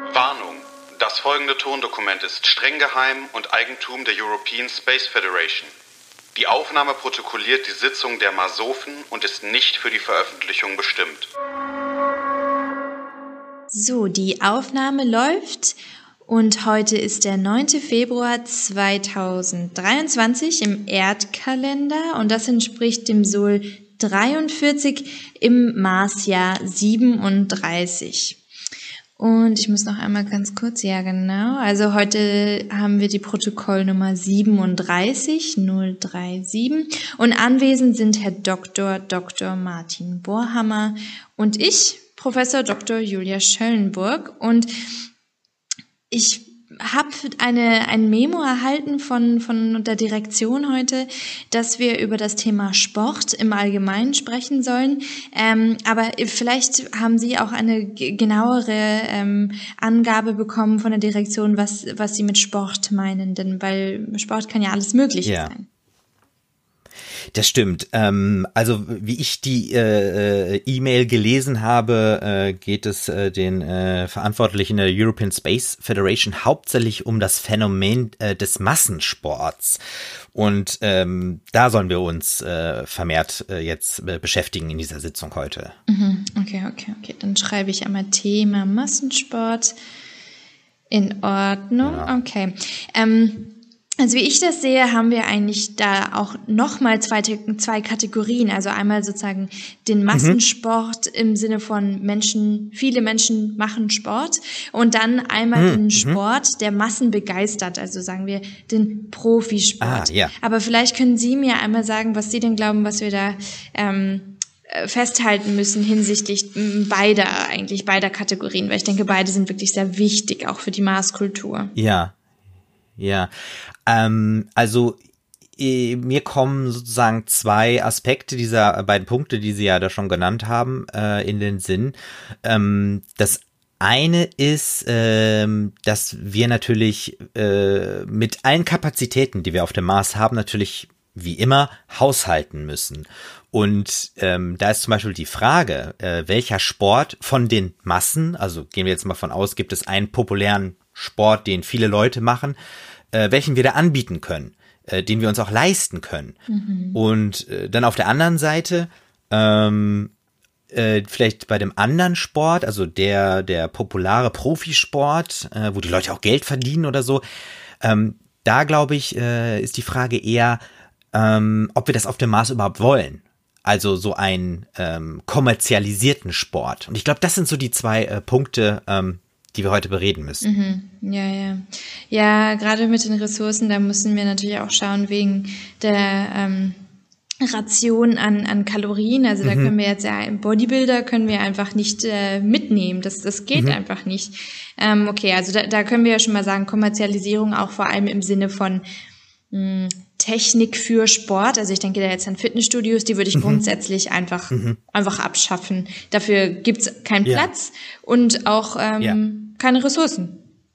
Warnung. Das folgende Tondokument ist streng geheim und Eigentum der European Space Federation. Die Aufnahme protokolliert die Sitzung der Masofen und ist nicht für die Veröffentlichung bestimmt. So, die Aufnahme läuft und heute ist der 9. Februar 2023 im Erdkalender und das entspricht dem Sol 43 im Marsjahr 37. Und ich muss noch einmal ganz kurz, ja genau, also heute haben wir die Protokollnummer 37037 und anwesend sind Herr Dr. Martin Bohrhammer und ich, Professor Dr. Julia Schöllenburg. Und ich habe ein Memo erhalten von der Direktion heute, dass wir über das Thema Sport im Allgemeinen sprechen sollen. Aber vielleicht haben Sie auch eine genauere Angabe bekommen von der Direktion, was Sie mit Sport meinen. Denn weil Sport kann ja alles Mögliche sein. Das stimmt. Also wie ich die E-Mail gelesen habe, geht es den Verantwortlichen der European Space Federation hauptsächlich um das Phänomen des Massensports. Und da sollen wir uns vermehrt jetzt beschäftigen in dieser Sitzung heute. Okay. Dann schreibe ich einmal Thema Massensport. In Ordnung. Ja. Okay. Also wie ich das sehe, haben wir eigentlich da auch nochmal zwei Kategorien. Also einmal sozusagen den Massensport im Sinne von viele Menschen machen Sport und dann einmal den Sport, der Massen begeistert, also sagen wir den Profisport. Ja. Aber vielleicht können Sie mir einmal sagen, was Sie denn glauben, was wir da festhalten müssen hinsichtlich beider Kategorien, weil ich denke, beide sind wirklich sehr wichtig, auch für die Marskultur. Ja. Also mir kommen sozusagen zwei Aspekte dieser beiden Punkte, die Sie ja da schon genannt haben, in den Sinn. Das eine ist, dass wir natürlich mit allen Kapazitäten, die wir auf dem Mars haben, natürlich wie immer haushalten müssen. Und da ist zum Beispiel die Frage, welcher Sport von den Massen, also gehen wir jetzt mal von aus, gibt es einen populären Sport, den viele Leute machen, welchen wir da anbieten können, den wir uns auch leisten können. Und dann auf der anderen Seite vielleicht bei dem anderen Sport, also der populare Profisport, wo die Leute auch Geld verdienen oder so, da glaube ich, ist die Frage eher, ob wir das auf dem Mars überhaupt wollen. Also so einen kommerzialisierten Sport. Und ich glaube, das sind so die zwei Punkte, die wir heute bereden müssen. Ja, gerade mit den Ressourcen, da müssen wir natürlich auch schauen wegen der Ration an Kalorien. Also da können wir jetzt im Bodybuilder können wir einfach nicht mitnehmen. Das geht einfach nicht. Okay, also da können wir ja schon mal sagen, Kommerzialisierung auch vor allem im Sinne von Technik für Sport. Also ich denke da jetzt an Fitnessstudios, die würde ich grundsätzlich einfach abschaffen. Dafür gibt's keinen Platz und auch keine Ressourcen.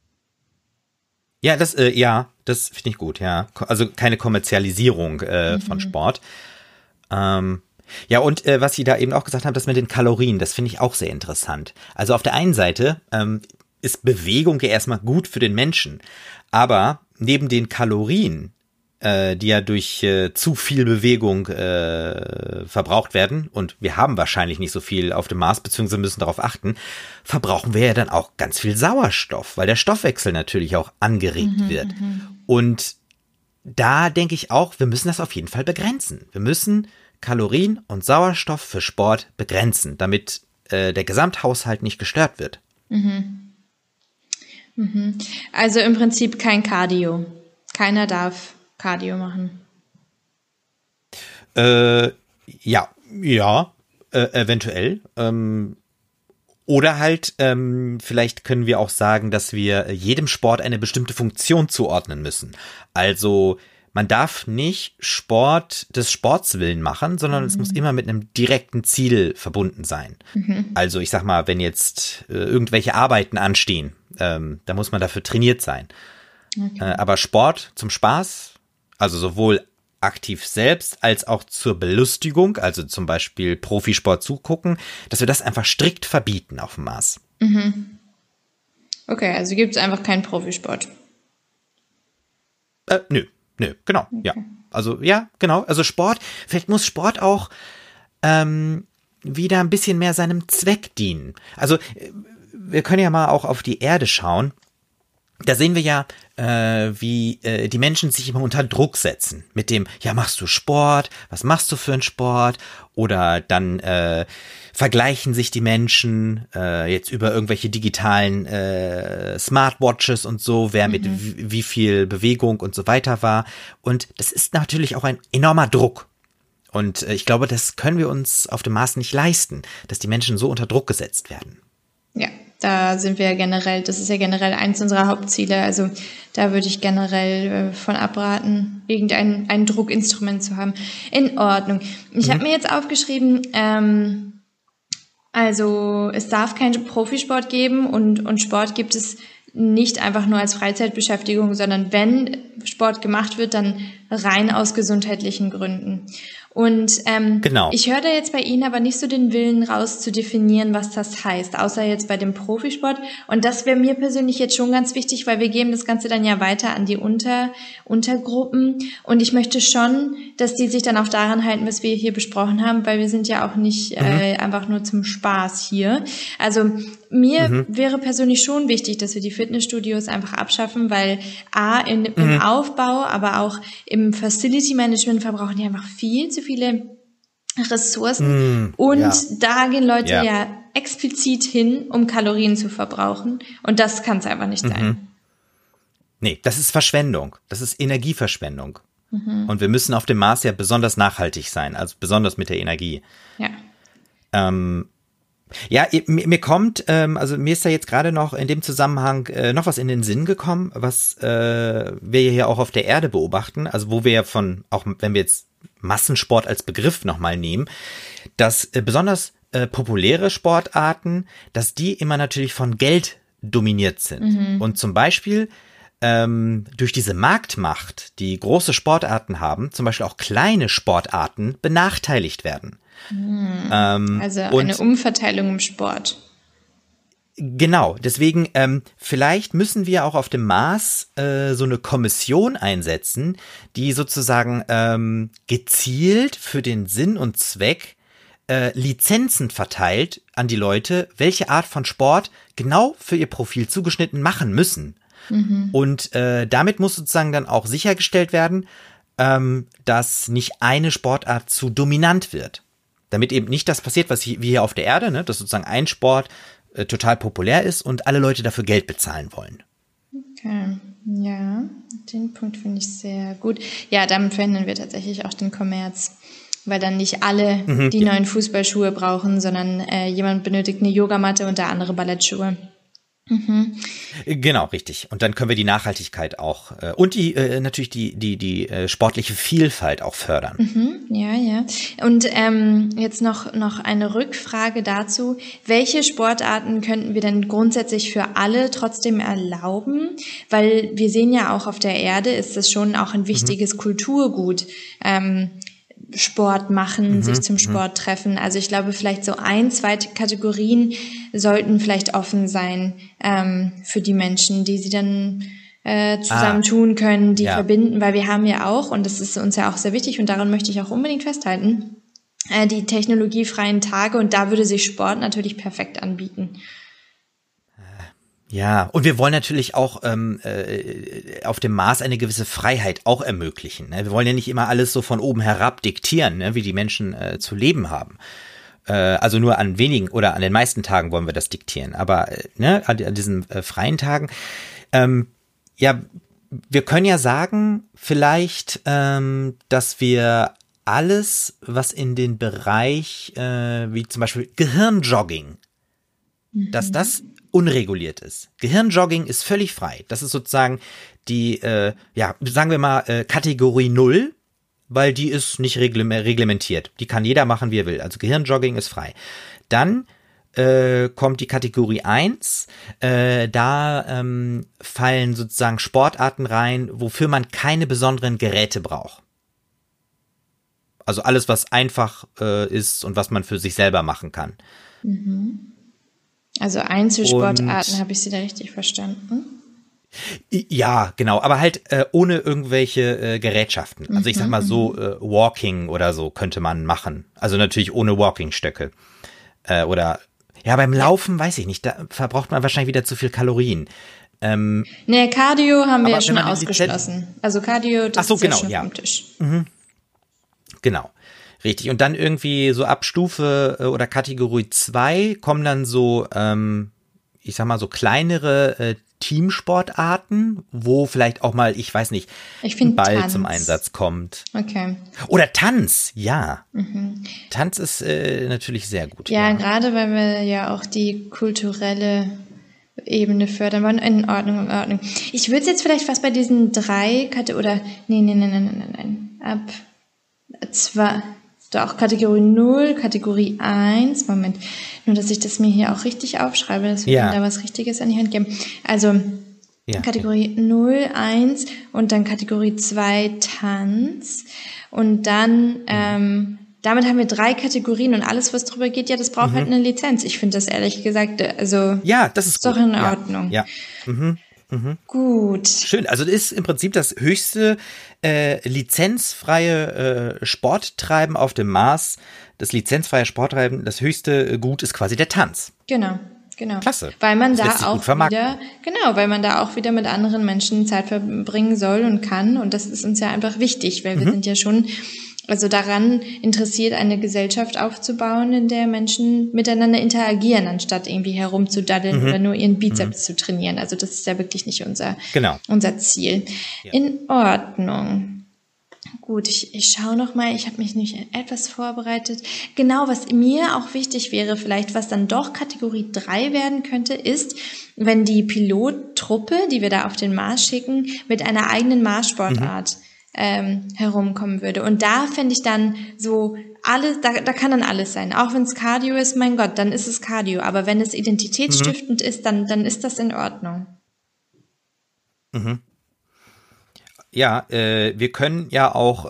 Ja, das finde ich gut, ja. Also keine Kommerzialisierung von Sport. Und was Sie da eben auch gesagt haben, das mit den Kalorien, das finde ich auch sehr interessant. Also auf der einen Seite ist Bewegung ja erstmal gut für den Menschen, aber neben den Kalorien, die ja durch zu viel Bewegung verbraucht werden, und wir haben wahrscheinlich nicht so viel auf dem Mars, beziehungsweise müssen darauf achten, verbrauchen wir ja dann auch ganz viel Sauerstoff, weil der Stoffwechsel natürlich auch angeregt wird. Und da denke ich auch, wir müssen das auf jeden Fall begrenzen. Wir müssen Kalorien und Sauerstoff für Sport begrenzen, damit der Gesamthaushalt nicht gestört wird. Also im Prinzip kein Cardio. Keiner darf Cardio machen. Eventuell. Oder halt, vielleicht können wir auch sagen, dass wir jedem Sport eine bestimmte Funktion zuordnen müssen. Also man darf nicht Sport des Sports willen machen, sondern es muss immer mit einem direkten Ziel verbunden sein. Also ich sag mal, wenn jetzt irgendwelche Arbeiten anstehen, da muss man dafür trainiert sein. Aber Sport zum Spaß, also sowohl aktiv selbst als auch zur Belustigung, also zum Beispiel Profisport zugucken, dass wir das einfach strikt verbieten auf dem Mars. Okay, also gibt es einfach keinen Profisport. Nö, genau, okay. Ja. Also, ja, genau. Also Sport, vielleicht muss Sport auch wieder ein bisschen mehr seinem Zweck dienen. Also, wir können ja mal auch auf die Erde schauen. Da sehen wir ja, wie die Menschen sich immer unter Druck setzen. Mit dem, ja, machst du Sport? Was machst du für einen Sport? Oder dann vergleichen sich die Menschen jetzt über irgendwelche digitalen Smartwatches und so, wer mit wie viel Bewegung und so weiter war. Und das ist natürlich auch ein enormer Druck. Und ich glaube, das können wir uns auf dem Mars nicht leisten, dass die Menschen so unter Druck gesetzt werden. Ja, da sind wir generell, das ist ja generell eins unserer Hauptziele. Also da würde ich generell von abraten, irgendein Druckinstrument zu haben. In Ordnung. Ich habe mir jetzt aufgeschrieben, also es darf keinen Profisport geben und Sport gibt es nicht einfach nur als Freizeitbeschäftigung, sondern wenn Sport gemacht wird, dann rein aus gesundheitlichen Gründen. Und genau. Ich höre da jetzt bei Ihnen aber nicht so den Willen raus zu definieren, was das heißt, außer jetzt bei dem Profisport. Und das wäre mir persönlich jetzt schon ganz wichtig, weil wir geben das Ganze dann ja weiter an die Untergruppen. Und ich möchte schon, dass die sich dann auch daran halten, was wir hier besprochen haben, weil wir sind ja auch nicht einfach nur zum Spaß hier. Also mir wäre persönlich schon wichtig, dass wir die Fitnessstudios einfach abschaffen, weil im Aufbau, aber auch im Facility Management verbrauchen die einfach viel zu viele Ressourcen. Da gehen Leute ja explizit hin, um Kalorien zu verbrauchen. Und das kann es einfach nicht sein. Nee, das ist Verschwendung. Das ist Energieverschwendung. Und wir müssen auf dem Mars ja besonders nachhaltig sein, also besonders mit der Energie. Ja. Ja, mir kommt, also mir ist da jetzt gerade noch in dem Zusammenhang noch was in den Sinn gekommen, was wir hier auch auf der Erde beobachten, also wo wir ja auch wenn wir jetzt Massensport als Begriff nochmal nehmen, dass besonders populäre Sportarten, dass die immer natürlich von Geld dominiert sind. Und zum Beispiel durch diese Marktmacht, die große Sportarten haben, zum Beispiel auch kleine Sportarten benachteiligt werden. Also eine Umverteilung im Sport. Genau, deswegen vielleicht müssen wir auch auf dem Mars so eine Kommission einsetzen, die sozusagen gezielt für den Sinn und Zweck Lizenzen verteilt an die Leute, welche Art von Sport genau für ihr Profil zugeschnitten machen müssen. Und damit muss sozusagen dann auch sichergestellt werden, dass nicht eine Sportart zu dominant wird. Damit eben nicht das passiert, was wie hier auf der Erde, ne, dass sozusagen ein Sport total populär ist und alle Leute dafür Geld bezahlen wollen. Okay, ja, den Punkt finde ich sehr gut. Ja, damit verhindern wir tatsächlich auch den Kommerz, weil dann nicht alle die neuen Fußballschuhe brauchen, sondern jemand benötigt eine Yogamatte und der andere Ballettschuhe. Genau, richtig. Und dann können wir die Nachhaltigkeit auch und die natürlich die sportliche Vielfalt auch fördern. Ja. Und jetzt noch eine Rückfrage dazu. Welche Sportarten könnten wir denn grundsätzlich für alle trotzdem erlauben? Weil wir sehen ja auch auf der Erde ist das schon auch ein wichtiges Kulturgut. Sport machen, sich zum Sport treffen. Also ich glaube, vielleicht so 2 Kategorien sollten vielleicht offen sein für die Menschen, die sie dann zusammentun können, die verbinden, weil wir haben ja auch, und das ist uns ja auch sehr wichtig und daran möchte ich auch unbedingt festhalten, die technologiefreien Tage und da würde sich Sport natürlich perfekt anbieten. Ja, und wir wollen natürlich auch auf dem Mars eine gewisse Freiheit auch ermöglichen. Ne? Wir wollen ja nicht immer alles so von oben herab diktieren, ne? Wie die Menschen zu leben haben. Also nur an wenigen oder an den meisten Tagen wollen wir das diktieren. Aber an diesen freien Tagen, ja, wir können ja sagen, vielleicht, dass wir alles, was in den Bereich, wie zum Beispiel Gehirnjogging, dass das unreguliert ist. Gehirnjogging ist völlig frei. Das ist sozusagen die, sagen wir mal, Kategorie 0, weil die ist nicht reglementiert. Die kann jeder machen, wie er will. Also Gehirnjogging ist frei. Dann kommt die Kategorie 1. Da fallen sozusagen Sportarten rein, wofür man keine besonderen Geräte braucht. Also alles, was einfach ist und was man für sich selber machen kann. Also Einzelsportarten, habe ich Sie da richtig verstanden? Ja, genau, aber halt ohne irgendwelche Gerätschaften. Also ich sag mal so, Walking oder so könnte man machen. Also natürlich ohne Walkingstöcke. Oder, ja, beim Laufen weiß ich nicht, da verbraucht man wahrscheinlich wieder zu viel Kalorien. Nee, Cardio haben wir ja schon ausgeschlossen. Also Cardio, das ist genau, ja schon vom Tisch. Genau, richtig. Und dann irgendwie so ab Stufe oder Kategorie 2 kommen dann so, ich sag mal so kleinere Teamsportarten, wo vielleicht auch mal, ich weiß nicht, ein Ball Tanz zum Einsatz kommt. Okay. Oder Tanz, ja. Tanz ist natürlich sehr gut. Ja, gerade weil wir ja auch die kulturelle Ebene fördern wollen. In Ordnung. Ich würde jetzt vielleicht fast bei diesen 3 Nein. Ab 2, auch Kategorie 0, Kategorie 1. Moment, nur dass ich das mir hier auch richtig aufschreibe, dass wir da was Richtiges an die Hand geben. Also Kategorie 0, 1 und dann Kategorie 2 Tanz. Und dann damit haben wir 3 Kategorien und alles, was drüber geht, das braucht halt eine Lizenz. Ich finde das ehrlich gesagt, also das ist doch gut. in Ordnung. Ja. Gut. Schön, also das ist im Prinzip das höchste lizenzfreie Sporttreiben auf dem Mars. Das lizenzfreie Sporttreiben, das höchste Gut ist quasi der Tanz. Genau. Klasse. Weil man das da auch wieder mit anderen Menschen Zeit verbringen soll und kann. Und das ist uns ja einfach wichtig, weil wir sind ja schon daran interessiert, eine Gesellschaft aufzubauen, in der Menschen miteinander interagieren, anstatt irgendwie herumzudaddeln oder nur ihren Bizeps zu trainieren. Also das ist ja wirklich nicht unser Ziel. Ja. In Ordnung. Gut, ich schaue noch mal, ich habe mich nicht etwas vorbereitet. Genau, was mir auch wichtig wäre, vielleicht was dann doch Kategorie 3 werden könnte, ist, wenn die Pilottruppe, die wir da auf den Mars schicken, mit einer eigenen Marssportart herumkommen würde. Und da fände ich dann so alles, da kann dann alles sein. Auch wenn es Cardio ist, mein Gott, dann ist es Cardio. Aber wenn es identitätsstiftend ist, dann ist das in Ordnung. Ja, wir können ja auch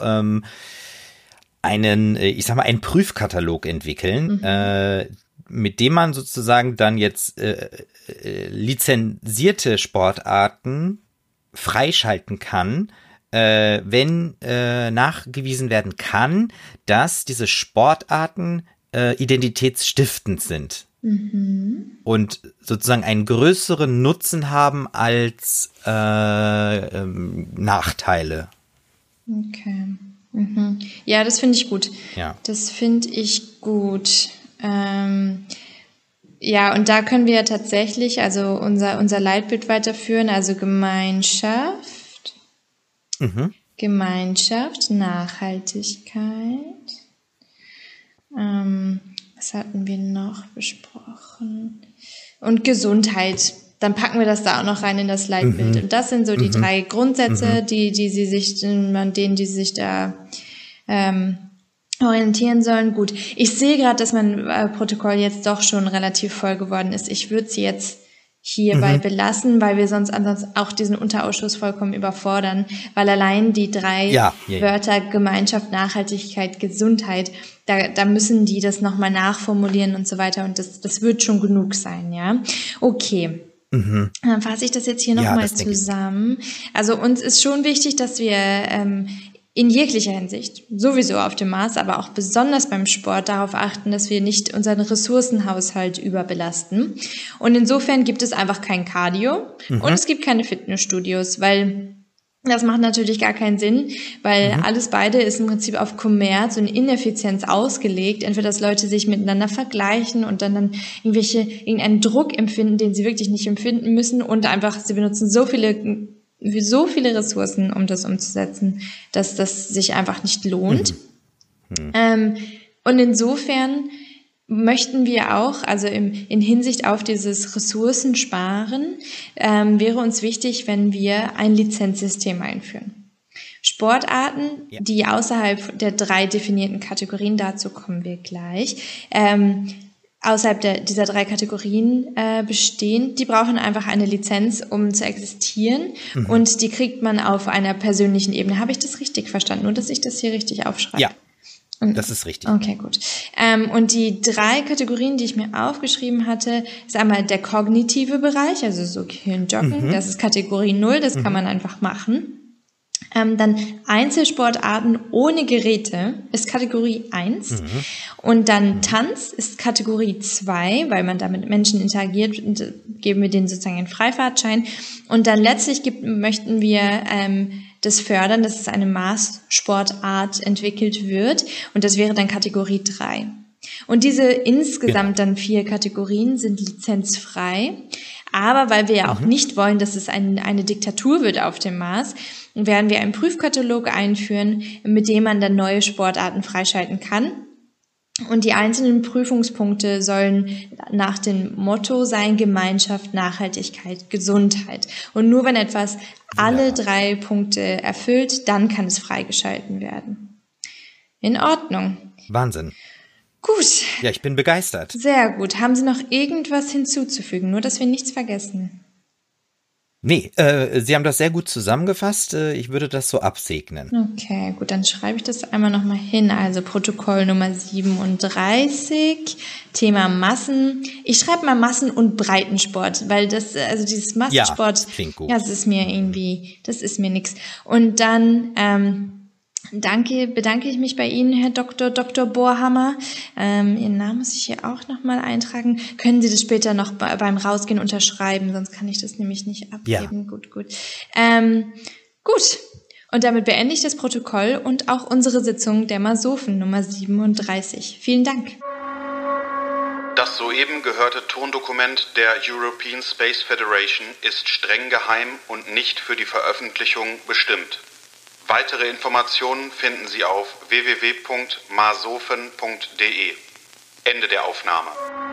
einen Prüfkatalog entwickeln, mit dem man sozusagen dann jetzt lizenzierte Sportarten freischalten kann, wenn nachgewiesen werden kann, dass diese Sportarten identitätsstiftend sind und sozusagen einen größeren Nutzen haben als Nachteile. Okay. Ja, das finde ich gut. Ja. Das finde ich gut. Ja, und da können wir tatsächlich unser Leitbild weiterführen, also Gemeinschaft, Nachhaltigkeit. Was hatten wir noch besprochen? Und Gesundheit. Dann packen wir das da auch noch rein in das Leitbild. Und das sind so die 3 Grundsätze, an denen sie sich da orientieren sollen. Gut, ich sehe gerade, dass mein Protokoll jetzt doch schon relativ voll geworden ist. Ich würde es jetzt hierbei belassen, weil wir sonst ansonsten auch diesen Unterausschuss vollkommen überfordern, weil allein die 3 Wörter Gemeinschaft, Nachhaltigkeit, Gesundheit, da müssen die das nochmal nachformulieren und so weiter und das wird schon genug sein, ja. Okay. Dann fasse ich das jetzt hier nochmal zusammen. Also uns ist schon wichtig, dass wir in jeglicher Hinsicht, sowieso auf dem Mars, aber auch besonders beim Sport darauf achten, dass wir nicht unseren Ressourcenhaushalt überbelasten. Und insofern gibt es einfach kein Cardio und es gibt keine Fitnessstudios, weil das macht natürlich gar keinen Sinn, weil alles beide ist im Prinzip auf Kommerz und Ineffizienz ausgelegt. Entweder, dass Leute sich miteinander vergleichen und dann irgendeinen Druck empfinden, den sie wirklich nicht empfinden müssen und einfach, sie benutzen so viele Ressourcen, um das umzusetzen, dass das sich einfach nicht lohnt. Und insofern möchten wir auch, also in Hinsicht auf dieses Ressourcensparen, wäre uns wichtig, wenn wir ein Lizenzsystem einführen. Sportarten, die außerhalb der 3 definierten Kategorien, dazu kommen wir gleich, außerhalb dieser 3 Kategorien bestehen, die brauchen einfach eine Lizenz, um zu existieren und die kriegt man auf einer persönlichen Ebene. Habe ich das richtig verstanden? Nur, dass ich das hier richtig aufschreibe? Ja. Das ist richtig. Okay, gut. Und die 3 Kategorien, die ich mir aufgeschrieben hatte, ist einmal der kognitive Bereich, also so Gehirnjoggen, das ist Kategorie 0, das kann man einfach machen. Dann Einzelsportarten ohne Geräte ist Kategorie 1. Und dann Tanz ist Kategorie 2, weil man da mit Menschen interagiert, und geben wir denen sozusagen einen Freifahrtschein. Und dann letztlich möchten wir das fördern, dass es eine Maßsportart entwickelt wird. Und das wäre dann Kategorie 3. Und diese insgesamt dann 4 Kategorien sind lizenzfrei. Aber weil wir ja auch nicht wollen, dass es eine Diktatur wird auf dem Mars, werden wir einen Prüfkatalog einführen, mit dem man dann neue Sportarten freischalten kann. Und die einzelnen Prüfungspunkte sollen nach dem Motto sein: Gemeinschaft, Nachhaltigkeit, Gesundheit. Und nur wenn etwas alle 3 Punkte erfüllt, dann kann es freigeschalten werden. In Ordnung. Wahnsinn. Gut. Ja, ich bin begeistert. Sehr gut. Haben Sie noch irgendwas hinzuzufügen? Nur, dass wir nichts vergessen. Nee, Sie haben das sehr gut zusammengefasst. Ich würde das so absegnen. Okay, gut, dann schreibe ich das einmal nochmal hin. Also Protokoll Nummer 37, Thema Massen. Ich schreibe mal Massen- und Breitensport, weil das, also dieses Massensport, Ja, das klingt gut. das ist mir nix. Und dann, bedanke ich mich bei Ihnen, Herr Dr. Bohrhammer. Ihren Namen muss ich hier auch nochmal eintragen. Können Sie das später noch beim Rausgehen unterschreiben, sonst kann ich das nämlich nicht abgeben. Ja. Gut. Gut. Und damit beende ich das Protokoll und auch unsere Sitzung der Masofen Nummer 37. Vielen Dank. Das soeben gehörte Tondokument der European Space Federation ist streng geheim und nicht für die Veröffentlichung bestimmt. Weitere Informationen finden Sie auf www.masofen.de. Ende der Aufnahme.